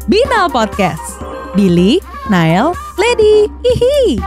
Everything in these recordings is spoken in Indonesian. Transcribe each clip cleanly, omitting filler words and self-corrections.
Binal Podcast. Billy, Nael, Lady, hihi.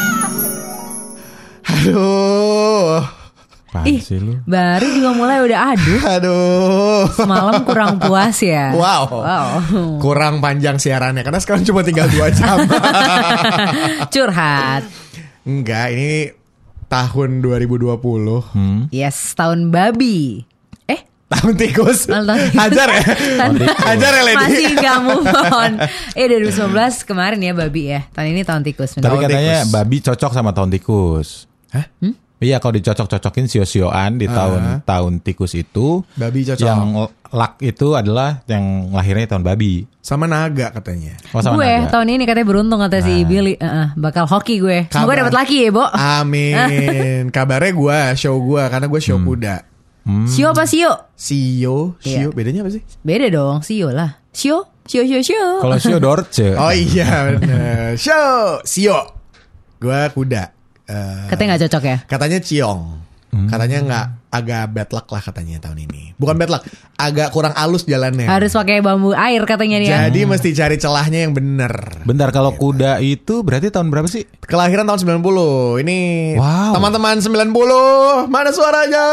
Aduh. Apaan sih lu? Baru juga mulai udah Aduh. Semalam kurang puas ya. Wow. Kurang panjang siarannya karena sekarang cuma tinggal 2 jam. Curhat. Enggak, ini tahun 2020. Yes, tahun babi. Tahun tikus. Hajar ya. Hajar ya, Lady. Masih gak move on. 2019 kemarin ya babi ya. Tahun ini tahun tikus. Tapi Tahun katanya tikus. babi cocok sama tahun tikus. Hah? Iya, kalau dicocok-cocokin sio-sioan di tahun tikus itu, Babi cocok. yang luck itu adalah yang lahirnya tahun babi. Sama naga katanya. Oh, sama Gue naga. tahun ini katanya beruntung kata si Billy. Bakal hoki gue. Semoga Kabar. dapat laki ya, Bo. Amin. Kabarnya gue, show gue karena gue show kuda. Sio apa sio? Sio, Iya. bedanya apa sih? Beda dong, sio lah. Sio. Kalau sio Dorce. Oh iya bener. Sio. Gue kuda. Katanya gak cocok ya? Katanya ciong. Katanya nggak, agak bad luck lah katanya tahun ini. Bukan bad luck, agak kurang halus jalannya. Harus pakai bambu air katanya dia. Jadi mesti cari celahnya yang bener. Bentar, kalau kuda itu berarti tahun berapa sih? Kelahiran tahun 90. Ini Wow. teman-teman 90. Mana suaranya?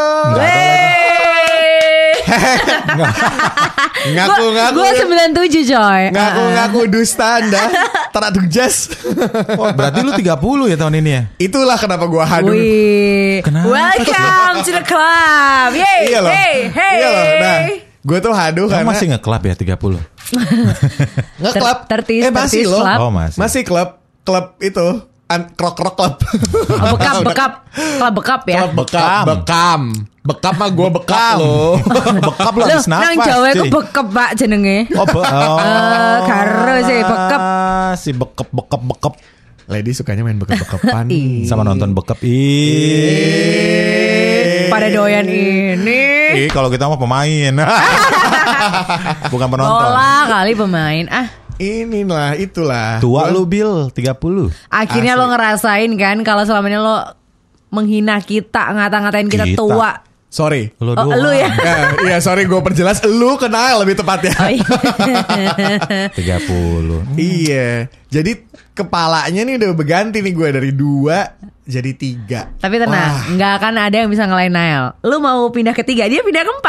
Ngaku-ngaku. Gue 97 coy. Ngaku-ngaku dusta Anda. Teratuk jazz. Oh, berarti lu 30 ya tahun ini ya? Itulah kenapa gue haduh. Wih. Kenapa? Welcome to the club. Yay. Iya loh. Hey. Iya loh. Nah, gue tuh haduh Kamu karena masih nge-club ya 30? nge-club. Tertis Masih loh. club. Oh, masih. Masih klub itu. Krok-krok club. Oh, bekap. Klub bekap ya. Klub bekam. Bekap mah gue bekap loh. Bekap lu Loh, habis nafas. nang Jawa itu cuy. bekap Pak jenenge. Oh, karo sih, bekep. Si bekep. Lady sukanya main bekep-bekepan. Sama nonton bekep. Pada doyan ini. Kalau kita mau pemain. Bukan penonton. Bola kali pemain. Inilah itulah. Tua lu Bill 30. Akhirnya Asli. lo ngerasain kan kalau selama ini lo menghina kita, ngata-ngatain kita Kita. tua. Sorry. Lu Oh, doang. lu ya. Iya sorry gue perjelas. Lu kenal lebih tepatnya. Oh, iya. 30. Iya. Jadi kepalanya nih udah berganti nih gue dari 2 jadi 3. Tapi tenang, nggak akan ada yang bisa ngalahin Nael. Lu mau pindah ke 3, dia pindah ke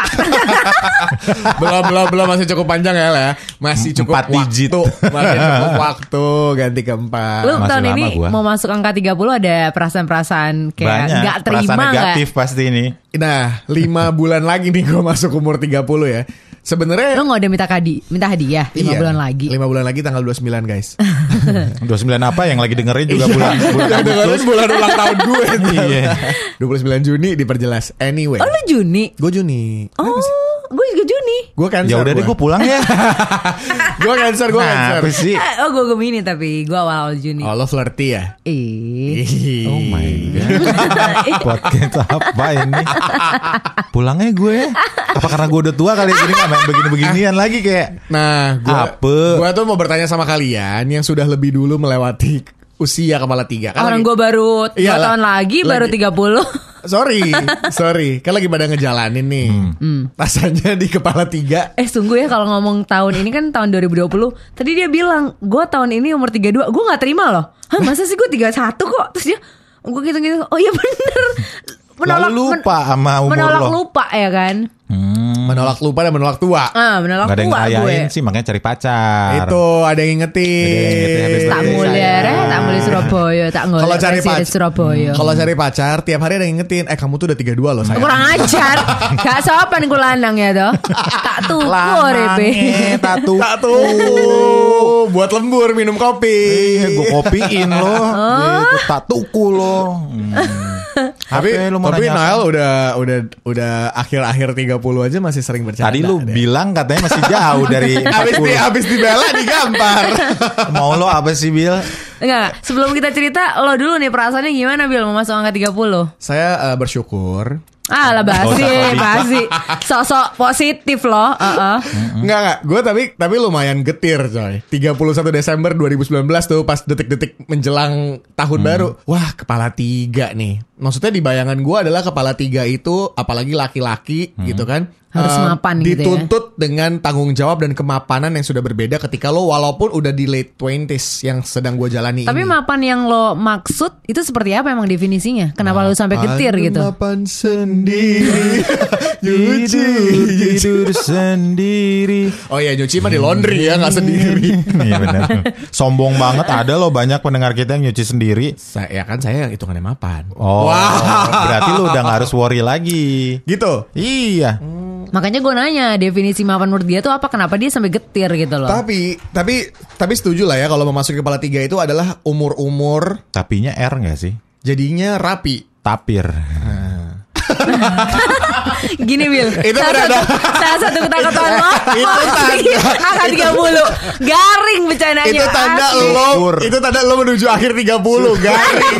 4. belum masih cukup panjang ya. Masih cukup 4 digit. Masih cukup waktu ganti ke 4. Lu Masih tahun lama ini gua. mau masuk angka 30 ada perasaan-perasaan kayak Banyak. nggak Perasaan terima nggak? negatif pasti ini. Nah 5 bulan lagi nih gue masuk umur 30 ya. Sebenarnya Lu nggak ada minta hadiah 5 bulan lagi. 5 bulan lagi tanggal 29 guys. 29 apa yang lagi dengerin juga bulan Yang dengerin bulan ulang tahun gue. Iya. 29 Juni diperjelas. Anyway. Oh lu Juni? Gue Juni. Oh, gue juga Juni. Gue cancer. Ya udah deh gue pulang ya. Gue cancer. Apa sih? Oh gue Gemini tapi gue awal Juni. Oh lo flirty ya? Ih. Oh my god. Podcast apa ini? Pulangnya gue. Apa karena gue udah tua kali jadi gak main begini-beginian lagi kayak. Nah, gue tuh mau bertanya sama kalian yang sudah lebih dulu melewati usia kepala 3. Kan Orang lagi- gue baru 2 Iyalah. tahun lagi baru 30. Sorry. Kan lagi pada ngejalanin nih. Rasanya di kepala 3. Sungguh ya kalau ngomong tahun ini kan tahun 2020. Tadi dia bilang gue tahun ini umur 32. Gue gak terima loh. Hah masa sih gue 31 kok. Terus dia gue gitu-gitu. Oh iya bener. Lalu lupa sama umur menolak lo. lupa ya kan. Menolak lupa dan menolak tua. Menolak Gak ada yang tua ngerayain gue. sih, makanya cari pacar. Itu ada yang ngingetin. Tak mulia tak mulia Surabaya. Tak ngolek Kalau cari presiden Surabaya. Kalau cari pacar tiap hari ada yang ngingetin. Kamu tuh udah 32 loh sayang. Kurang ajar. Gak sopan gue lanang ya toh. Tak tuku repe. Tak tuku. Tak tuh. Buat lembur minum kopi. Gue kopiin lo. Gitu, tak tuku lo. Tapi Apa lu mau nanya Nael apa? udah akhir-akhir 30 aja masih sering bercanda. Tadi lu deh. bilang katanya masih jauh dari 40. Habis dibela digampar. Mau lo apa sih Bil? Enggak, sebelum kita cerita lo dulu nih perasaannya gimana Bil mau masuk angka 30? Saya bersyukur. Lah basi, Gak usah basi. Sosok positif loh. Enggak. Gue tapi lumayan getir coy. 31 Desember 2019 tuh pas detik-detik menjelang tahun baru. Wah, kepala 3 nih. Maksudnya di bayangan gue adalah kepala 3 itu apalagi laki-laki gitu kan. Harus mapan gitu ya. dituntut dengan tanggung jawab dan kemapanan yang sudah berbeda ketika lo walaupun udah di late 20s yang sedang gue jalani Tapi ini. mapan yang lo maksud itu seperti apa emang definisinya? Kenapa lo sampai getir gitu? Mapan sendiri. Tidur sendiri. Oh iya, nyuci mah di laundry ya, nggak sendiri. Iya benar. Sombong banget, ada loh banyak pendengar kita yang nyuci sendiri. Saya kan saya hitungannya mapan. Oh, berarti lu udah gak harus worry lagi. Gitu. Iya. Makanya gue nanya definisi mapan menurut dia tuh apa? Kenapa dia sampai getir gitu loh? Tapi setuju lah ya kalau memasuki kepala 3 itu adalah umur-umur Tapinya R gak sih? jadinya rapi. Tapir. Gini Bil, Itu berada- salah satu ketakutan lo Itu tanda. angka 30 garing bercandanya. Itu tanda asli. Libur. itu tanda lo menuju akhir 30 garing.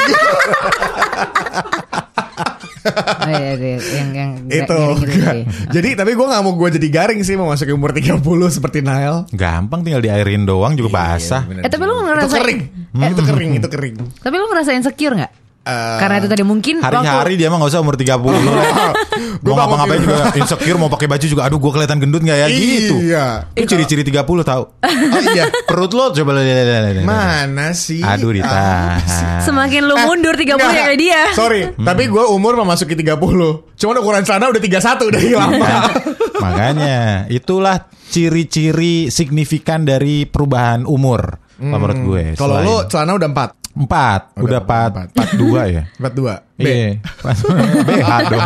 Oh, iya, yang Itu. garing gitu sih. Jadi tapi gue gak mau gue jadi garing sih memasuki umur 30 seperti Nael. Gampang, tinggal diairin doang juga basah. Iya, bener Tapi lu juga. ngerasain- Itu kering. Itu kering. Tapi lo merasa insecure gak? Karena itu tadi mungkin Hari-hari dia mah gak usah umur 30. Mau ngapa-ngapain juga insecure, mau pakai baju juga. Aduh, gue kelihatan gendut gak ya? Gitu. Iya. Itu ciri-ciri 30 tahu. Oh iya. Perut lo coba lihat. Mana sih? Aduh, ditahan. semakin lu mundur 30 Enggak, ya kayak dia. Sorry, tapi gue umur memasuki 30. Cuman ukuran celana udah 31 dari lama. Makanya itulah ciri-ciri signifikan dari perubahan umur menurut gue. Kalau Selain- lu celana udah 4. 4, udah 42 ya. 42. B. Iya. BH dong.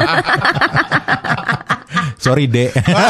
Sorry, D.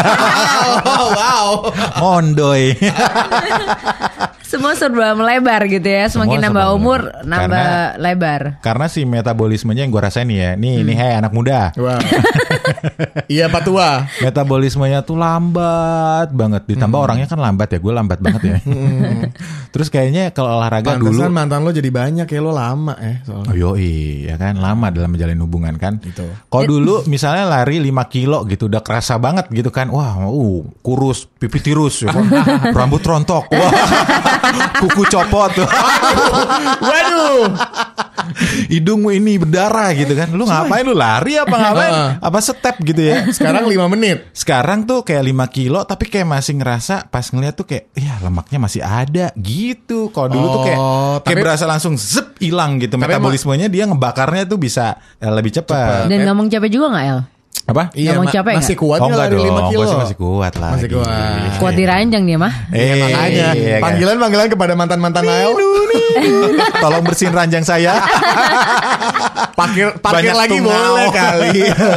Wow. Ondoy. Semua serba melebar gitu ya. Semakin Semua nambah serba umur, melebar. nambah lebar. Karena si metabolismenya yang gue rasain nih ya. Nih hai anak muda. Wow. Iya Pak Tua. Metabolismenya tuh lambat banget. Ditambah orangnya kan lambat ya. Gue lambat banget ya. Terus kayaknya kalau olahraga dulu. Pantesan mantan lo jadi banyak ya, lo lama ya soalnya. Oh yoi, ya kan lama dalam menjalin hubungan kan. Gitu. Kalau dulu misalnya lari 5 kilo gitu udah kerasa banget gitu kan. Wah, kurus, pipi tirus, ya kan? Rambut rontok, wah, kuku copot, Waduh. hidungmu ini berdarah gitu kan. Lu ngapain, lu lari apa ngapain? Apa step gitu ya. Sekarang 5 menit. Sekarang tuh kayak 5 kilo tapi kayak masih ngerasa pas ngeliat tuh kayak ya lemaknya masih ada gitu. Kalau dulu tuh kayak tapi- berasa langsung zep hilang gitu. Tapi Metabolismenya dia ngebakarnya tuh bisa lebih cepat. Dan ngomong capek juga gak El? Apa? Nggak mau capek masih nggak? kuat Oh nggak enggak lari dong, 5 kilo? gue sih masih kuat lah. Masih kuat. Kuat diranjang dia mah. Makanya iya kan? panggilan kepada mantan-mantan Nael. Tolong bersihin ranjang saya. Parkir Banyak lagi tungau. boleh kali.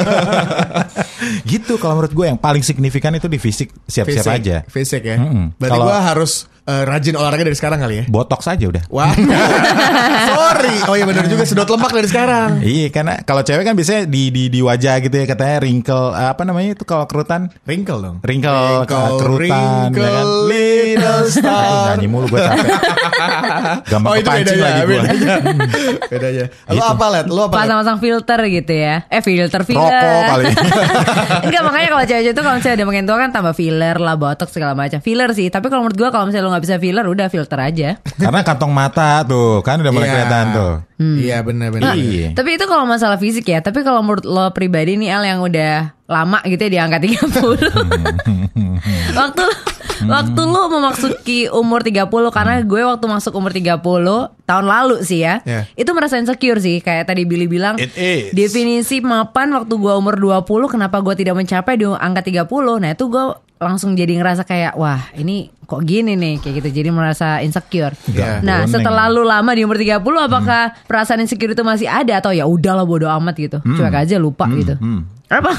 Gitu kalau menurut gue yang paling signifikan itu di fisik. Siap-siap aja. Fisik ya. Mm-mm. Berarti Kalau- gue harus rajin olahraga dari sekarang kali ya. Botox aja udah. Wah. Sorry. Oh iya benar juga, sedot lemak dari sekarang. Iya, karena kalau cewek kan biasanya di wajah gitu ya, katanya wrinkle, apa namanya itu kalau kerutan? Wrinkle dong. Wrinkle, kerutan, ya kan? little star. Nyanyi mulu gue capek. Gampang kepancing lagi gue. Bedanya. Lo Gitu. apa, Let? Lo apa? Let? Pasang-pasang filter gitu ya. Filter. Rokok kali. Enggak, makanya kalau cewek itu kalau misalnya udah makin tua kan tambah filler lah, botox segala macam. Filler sih, tapi kalau menurut gua kalau misalnya lo nggak bisa filler, udah filter aja. Karena kantong mata tuh kan udah mulai Iya. kelihatan tuh. Iya benar-benar. Iya. Tapi itu kalau masalah fisik ya. Tapi kalau menurut lo pribadi nih El yang udah lama gitu ya di angka 30. Waktu lo memasuki umur 30, karena gue waktu masuk umur 30 tahun lalu sih ya. Yeah. Itu merasa insecure sih, kayak tadi Billy bilang. It is. Definisi mapan waktu gue umur 20, kenapa gue tidak mencapai di angka 30. Nah itu gue langsung jadi ngerasa kayak wah ini kok gini nih kayak gitu, jadi merasa insecure. Gak Nah boneng. setelah lu lama di umur 30, apakah perasaan insecure itu masih ada atau ya udahlah bodo amat gitu, cuek aja lupa gitu. Apa?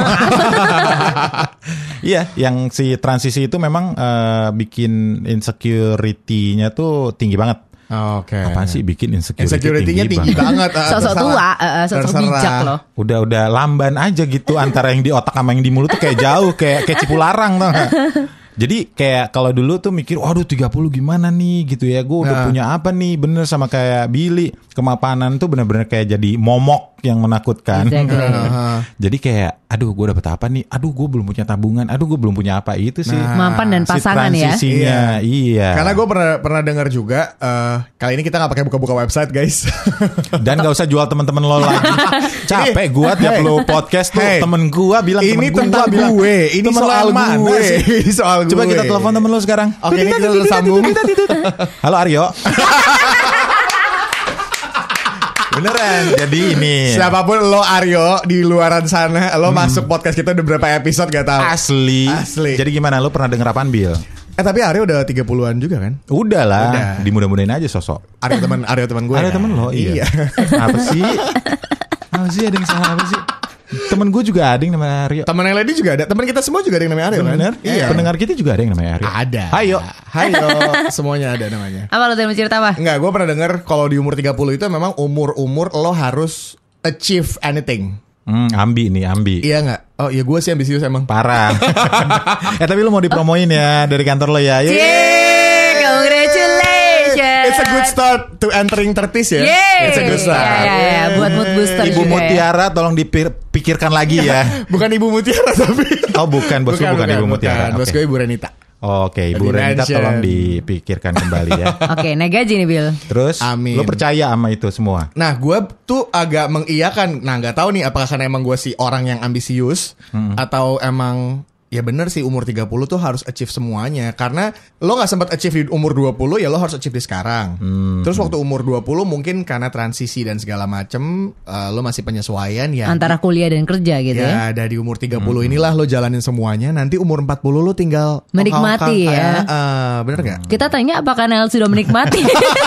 Iya, yang si transisi itu memang bikin insecurity-nya tuh tinggi banget. Oke. Apaan sih bikin Insecurity-nya tinggi banget. Sosok tua, sosok bijak loh. Udah lamban aja gitu antara yang di otak sama yang di mulut tuh kayak jauh, kayak Cipularang tau gak? Jadi kayak kalau dulu tuh mikir, waduh 30 gimana nih gitu ya. Gue udah punya apa nih, bener sama kayak Billy. Kemapanan tuh bener-bener kayak jadi momok yang menakutkan. Exactly. Jadi kayak, aduh gue dapet apa nih? Aduh gue belum punya tabungan. Aduh gue belum punya apa itu sih. Mapan dan Si pasangan ya. transisinya, iya. Karena gue pernah dengar juga, kali ini kita nggak pakai buka-buka website guys. Dan gak usah jual teman-teman lo lagi. Capek gue tiap lo podcast tuh temen gue bilang ini temen tentang bilang, gue, ini temen lo soal yang mana gue, sih? ini soal gue. Coba kita telepon temen lo sekarang. Oke, ini kita tersambung. Halo Aryo. Beneran. Jadi ini Siapapun lo Aryo di luaran sana, lo masuk podcast kita udah berapa episode gak tahu. asli. Jadi gimana, lo pernah denger apaan, Bil? Tapi Aryo udah 30-an juga kan? Udah lah. Udah. Dimudah-mudahin aja sosok. Aryo teman gue. Ada kan? temen lo, iya. Apa sih? Apa sih, ada yang salah apa sih? Temen gue juga ada yang namanya Aryo. Temen yang lain juga ada. Temen kita semua juga ada yang namanya Aryo kan? Bener? Iya. Pendengar kita juga ada yang namanya Aryo. Ada. Hayo. Hayo. Semuanya ada namanya. Apa lo tadi mau cerita apa? Enggak, gue pernah denger kalau di umur 30 itu memang umur lo harus achieve anything. Ambi nih, ambi. Iya nggak? Oh iya, gue sih ambisius emang. Parah. Tapi lu mau dipromoin ya dari kantor lo ya. Congratulations. It's a good start to entering 30s ya. Yeay. It's a good start. Ya, buat mood booster Ibu juga ya. Mutiara tolong dipikirkan lagi ya. Bukan Ibu Mutiara tapi. Oh bukan, bos gue bukan Ibu Mutiara. Bos gue Ibu Renita. Oke, Ibu Renita tolong dipikirkan kembali ya. Oke, naik gaji nih Bill. Terus, Amin. lo percaya sama itu semua? Nah, gue tuh agak mengiyakan. Nah, nggak tahu nih apakah karena emang gue sih orang yang ambisius atau emang ya bener sih umur 30 tuh harus achieve semuanya. Karena lo gak sempat achieve di umur 20 ya lo harus achieve di sekarang. Terus waktu umur 20 mungkin karena transisi dan segala macem lo masih penyesuaian ya. Antara kuliah dan kerja gitu ya. Ya dari umur 30 inilah lo jalanin semuanya. Nanti umur 40 lo tinggal Menikmati ya. Bener gak? Kita tanya apakah Nel sudah menikmati.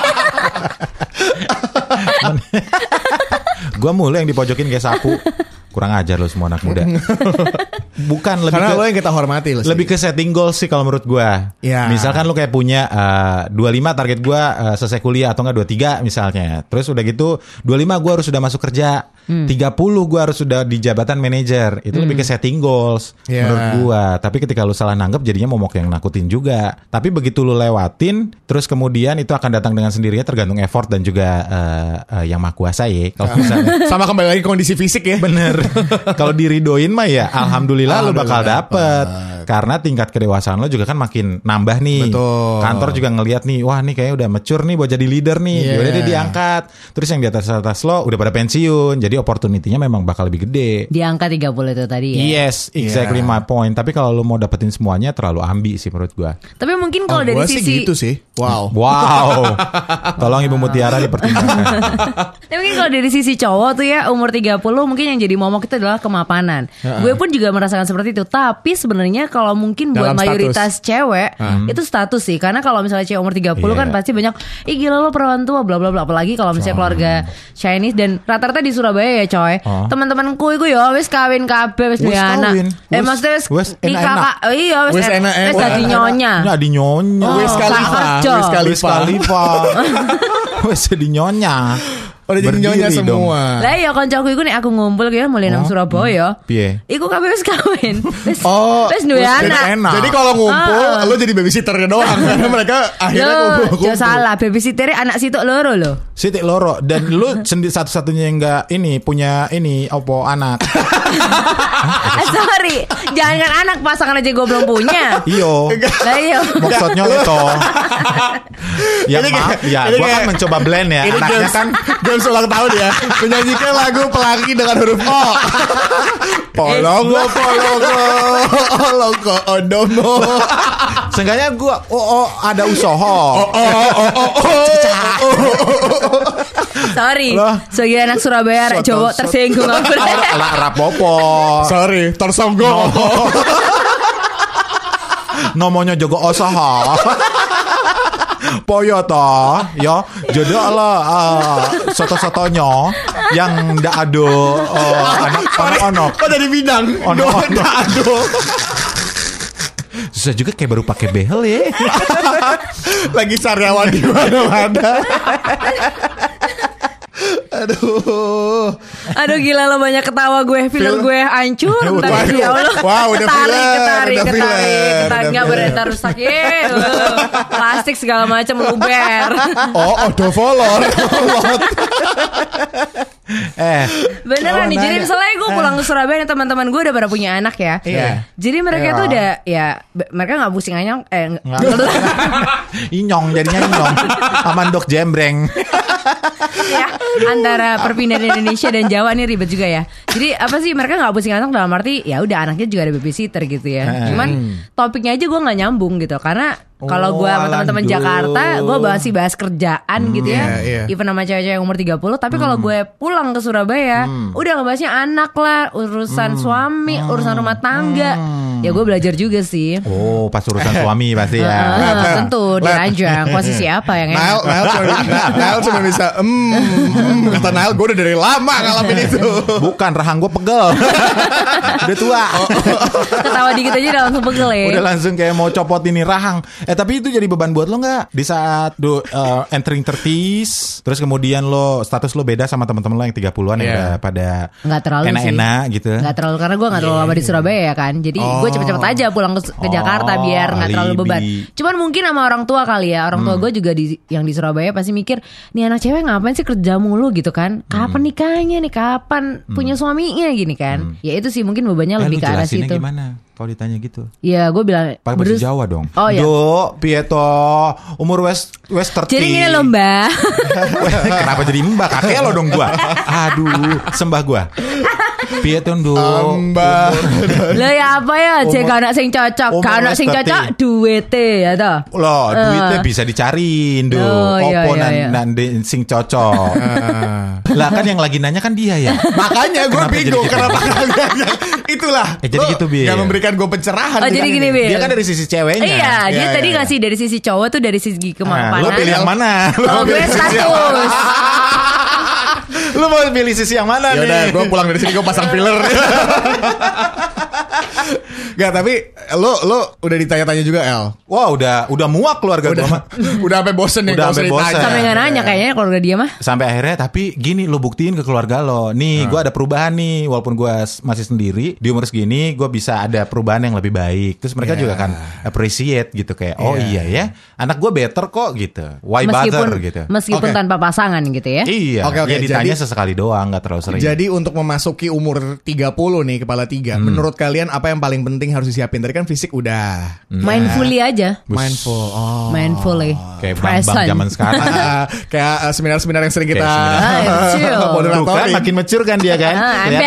Gue mulu yang dipojokin kayak sapu. Kurang ajar lo semua anak muda. Bukan, lebih Karena ke, lo yang kita hormati lo sih. lebih ke setting goals sih kalau menurut gue. Ya. Misalkan lo kayak punya 25 target gue selesai kuliah atau enggak 23 misalnya. Terus udah gitu 25 gue harus sudah masuk kerja. 30 gue harus sudah di jabatan manajer. Itu lebih ke setting goals menurut gue. Tapi ketika lo salah nanggep jadinya momok yang nakutin juga. Tapi begitu lo lewatin, terus kemudian itu akan datang dengan sendirinya tergantung effort dan juga yang maha kuasa ya. Kalau misalnya Sama kembali lagi kondisi fisik ya. bener. Kalau diridoin mah ya alhamdulillah lo bakal dapet. Karena tingkat kedewasaan lo juga kan makin nambah nih. Betul. Kantor juga ngelihat nih, wah nih kayaknya udah mature nih buat jadi leader nih. Yaudah deh diangkat. Terus yang di atas lo udah pada pensiun. Jadi opportunity-nya memang bakal lebih gede. Di angka 30 itu tadi ya. Yes, exactly my point. Tapi kalau lo mau dapetin semuanya terlalu ambi sih menurut gua. Tapi mungkin kalau dari Gue sih sisi gitu sih. Wow. Wow. Tolong Ibu Mutiara dipertimbangkan. Tapi mungkin kalau dari sisi cowok tuh ya umur 30 mungkin yang jadi momok itu adalah kemapanan. Gue pun juga merasakan seperti itu. Tapi sebenarnya kalau mungkin buat Dalam mayoritas cewek itu status sih. Karena kalau misalnya cewek umur 30 kan pasti banyak, ih gila lo perawan tua bla bla bla. Apalagi kalau misalnya keluarga Chinese dan rata-rata di Surabaya ya coy. Teman-temanku iku ya wis kawin kabeh wis duwe anak. Maksudnya wis nikah. Iya wis enak-enak. wis dadi nyonya. Jadi nyonya. Wiz Khalifa. Wis jadi nyonya. Udah jadi nyonya semua. Lah ya kancaku iku nek aku ngumpul ya mulai nang Surabaya. Piye? Iku kabeh wis kawin. Wis duwe wis anak. enak. Jadi kalau ngumpul lo jadi babysitternya doang karena mereka akhirnya Loh, kumpul. salah babysitter anak situ loro loh. Sitik loro. Dan lu satu-satunya yang enggak ini punya ini opo anak. Sorry, jangan anak pasangan aja gue belum punya. Iyo. Lah iya. Maksudnya itu. Ya Ini maaf kayak- ya, ini gua kan kayak- mencoba blend ya. Ini Anaknya games, kan games ulang tahun ya. Menyanyikan lagu pelangi dengan huruf O. Polongo, polongo, odomo. seenggaknya gua ada usoho. Sorry. Loh. Sebagai anak Surabaya, anak Jawa tersinggung aku. Lah rapopo. Sorry, tersonggong. Nomonya jogo osoho. Poyo toh, yo jodoh lo soto-sotonyo yang ndak ado anak ono-ono. Oh dari bidang. Ono-ono. Aduh. Susah juga kayak baru pakai behel ya. Lagi sariawan di mana-mana. Aduh gila lo banyak ketawa gue, filler gue hancur. Tadi ya Allah. Wah, udah ketarik. udah Nggak berentar rusak ya. Plastik segala macam luber. Udah volor. Beneran nih. Jadi misalnya gue pulang ke Surabaya, teman-teman gue udah pada punya anak ya. Iya. Jadi mereka tuh udah mereka nggak pusing anyong. Inyong jadinya inyong. Amandok jembreng. Ya, antara perpindahan Indonesia dan Jawa nih ribet juga ya. Jadi apa sih mereka nggak pusing anak dalam arti ya udah anaknya juga ada babysitter gitu ya. Cuman topiknya aja gue nggak nyambung gitu karena kalau gue sama teman-teman Jakarta gue masih bahas kerjaan gitu ya. Even sama cewek-cewek yang umur 30. Tapi kalau gue pulang ke Surabaya udah ngebahasnya anak lah, urusan suami, urusan rumah tangga. Ya gue belajar juga sih. Oh pas urusan suami pasti ya. Tentu diranjang posisi apa yang enak. Nail cuma bisa kata Nail gue udah dari lama ngalamin itu. Bukan, rahang gue pegel. Udah tua. Ketawa dikit aja udah langsung pegel ya. Udah langsung kayak mau copot ini rahang. Tapi itu jadi beban buat lo gak? Di saat entering 30s, terus kemudian lo status lo beda sama teman-teman lo yang 30-an yang udah pada nggak terlalu enak-enak sih. gitu. Nggak terlalu karena gue nggak terlalu lama di Surabaya ya kan. Jadi gue cepet-cepet aja pulang ke Jakarta biar nggak terlalu beban. Cuman mungkin sama orang tua kali ya. Orang tua gue juga yang di Surabaya pasti mikir, nih anak cewek ngapain sih kerja mulu gitu kan? Kapan nikahnya nih? Kapan punya suaminya gini kan? Ya itu sih mungkin bebannya lebih ke arah situ. Gimana? Kalau ditanya gitu. Iya gue bilang pakai bahasa Jawa dong. Oh iya. Do, Pieto, umur wes 30. Jadi gini loh mbak. Kenapa jadi mbak? Kakek lo dong gua. Aduh, sembah gua. Pieto do. Mbak. Lah ya apa ya? Cek anak sing cocok. Anak sing cocok duwite ya toh. Loh, duitnya bisa dicariin do. Opo nanti sing cocok. Lah kan yang lagi nanya kan dia ya. Makanya gue bingung kenapa itulah. Jadi gitu Bi. Gak memberikan gue pencerahan. Oh jadi gini Bil. Dia kan dari sisi ceweknya. Iya, dia tadi ngasih dari sisi cowok tuh dari segi kemapanan. Lo pilih yang mana? Kalau gue status. Lu mau pilih sisi yang mana nih? Yaudah, gue pulang dari sini gue pasang filler. Gak, tapi lo udah ditanya-tanya juga El. Wah udah muak keluarga gue mah. Udah sampai bosen nih kalau ditanya. Sampai gak nanya kayaknya keluarga dia mah. Sampai akhirnya tapi gini lo buktiin ke keluarga lo. Nih gue ada perubahan nih. Walaupun gue masih sendiri di umur segini gue bisa ada perubahan yang lebih baik. Terus mereka juga kan appreciate gitu kayak oh iya ya anak gue better kok gitu. Why bother gitu. Meskipun tanpa pasangan gitu ya. Iya. Ya ditanya sesekali doang gak terlalu sering. Jadi untuk memasuki umur 30 nih kepala 3 menurut kalian apa yang paling penting harus disiapin? Tadi kan fisik udah mindfully aja. Mindfully. Kayak bang zaman sekarang. Kayak seminar-seminar yang sering kita moderatori. Makin mature kan dia kan.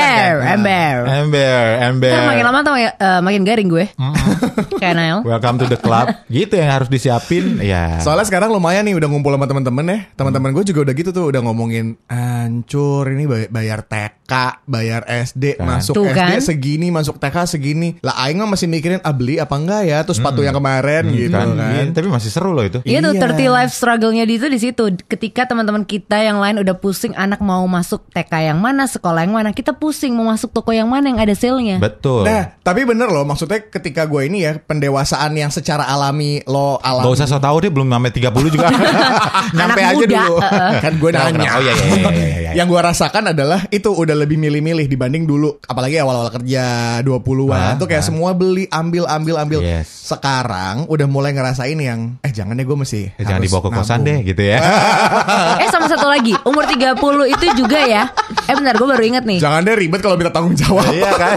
Ember. Makin lama tuh makin garing gue. Kayak Nail. Welcome to the club. Gitu yang harus disiapin. Ya. Soalnya sekarang lumayan nih udah ngumpul sama teman-teman ya. Teman-teman gue juga udah gitu tuh udah ngomongin hancur ini bayar TK, bayar SD, masuk tuh, SD kan? Segini, masuk TK segini. Lah aing mah masih mikirin beli apa enggak ya, terus sepatu yang kemarin gitu kan. Tapi masih seru loh itu. Iya tuh 30 life struggle-nya di situ. Ketika teman-teman kita yang lain udah pusing anak mau masuk TK yang mana, sekolah yang mana, kita pusing mau masuk toko yang mana yang ada sale-nya. Betul. Nah, tapi bener loh maksudnya ketika gue ini ya pendewasaan yang secara alami lo alami. Gak usah so tau deh belum sampai 30 juga. Nyampe aja muda, dulu. Kan gue nanya. Oh iya. Yang gue rasakan adalah itu udah lebih milih-milih dibanding dulu. Apalagi awal-awal kerja 20-an tuh kayak semua beli ambil. Yes. Sekarang udah mulai ngerasain yang jangan deh gue mesti jangan dibawa ke kosan deh gitu ya. Sama satu lagi umur 30 itu juga ya. Bentar gue baru ingat nih. Jangan deh ribet kalau minta tanggung jawab. Iya kan.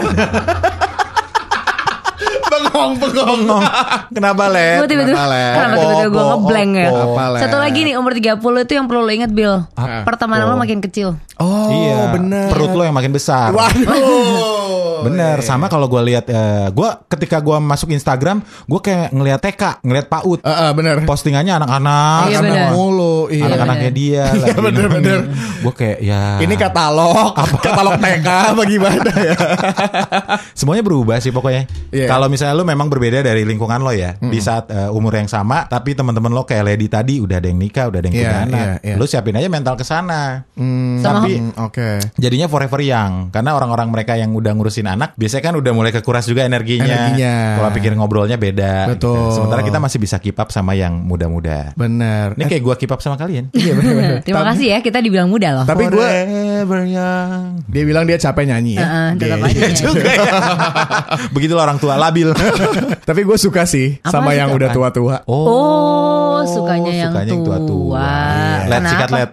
Bengong. Kenapa Le? Kenapa tiba-tiba gue ngeblank ya. Satu lagi nih umur 30 itu yang perlu lo ingat Bill. Pertemanan lo makin kecil. Oh iya, bener. Perut lo yang makin besar. Waduh. Bener. Sama kalau gue lihat gue ketika gue masuk Instagram gue kayak ngelihat TK, ngelihat PAUD. Bener. Postingannya anak-anak mulu. Anak-anaknya dia. Iya bener. Gue kayak ya. Ini katalog TK apa gimana ya? Semuanya berubah sih pokoknya. Kalau misalnya lo memang berbeda dari lingkungan lo ya. Di saat umur yang sama, tapi teman-teman lo kayak Lady tadi udah ada yang nikah, udah ada yang punya anak. Lo siapin aja mental ke sana. Tapi jadinya forever young. Karena orang-orang mereka yang udah ngurusin anak, biasanya kan udah mulai kekuras juga energinya. Pola pikir ngobrolnya beda. Betul. Gitu. Sementara kita masih bisa keep up sama yang muda-muda. Bener. Ini kayak gue keep up sama kalian. Iya bener. Terima kasih ya, kita dibilang muda loh. Tapi gue, dia bilang dia capek nyanyi ya. Tetap aja. juga ya. Begitulah orang tua labil. Tapi gue suka sih sama yang udah tua-tua. Sukanya yang tua-tua. Let sikat let.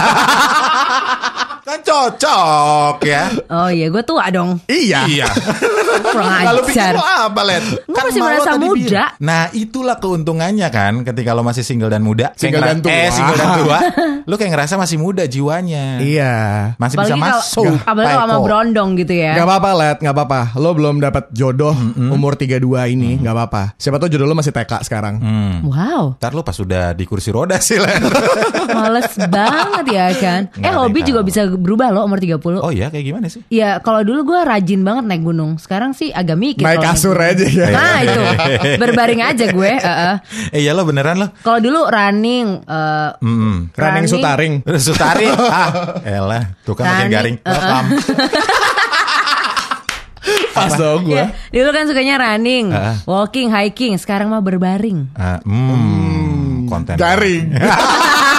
Kan cocok ya. Oh iya, gue tua dong. Iya. Kurang Lalu pikir ajar. lo apa, Let? Gue masih merasa muda. Nah, itulah keuntungannya kan ketika lo masih single dan muda. Single dan tua. Lo kayak ngerasa masih muda jiwanya. Iya. Masih bisa masuk. Apalagi kalau sama berondong gitu ya. Gak apa-apa, Let. Gak apa-apa. Lo belum dapat jodoh umur 32 ini. Gak apa-apa. Siapa tahu jodoh lo masih TK sekarang. Wow. Ntar lo pas udah di kursi roda sih, Let. Males banget ya kan. Hobi juga bisa berubah loh umur 30. Oh iya, kayak gimana sih? Ya kalau dulu gue rajin banget naik gunung. Sekarang sih agak mikir. Naik kasur aja ya. Nah itu berbaring aja gue. Iya lo beneran lo. Kalau dulu running. Running sutaring. Sutaring. Elah, tuh kan makin garing. Pas dong gue. Ya, dulu kan sukanya running, walking, hiking. Sekarang mah berbaring. Konten Garing.